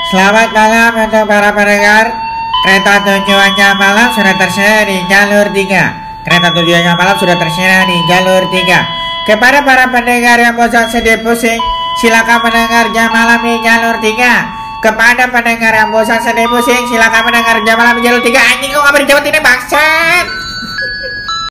Selamat malam untuk para pendengar. Kereta tujuannya malam sudah tersedia di jalur 3. Kereta tujuannya malam sudah tersedia di jalur 3. Kepada para pendengar yang bosan sedih pusing, silakan mendengar jam malam di jalur 3. Kepada pendengar yang bosan sedih pusing, silakan mendengar jam malam di jalur 3. Anjing, kok nggak berjawab ini, bangsat.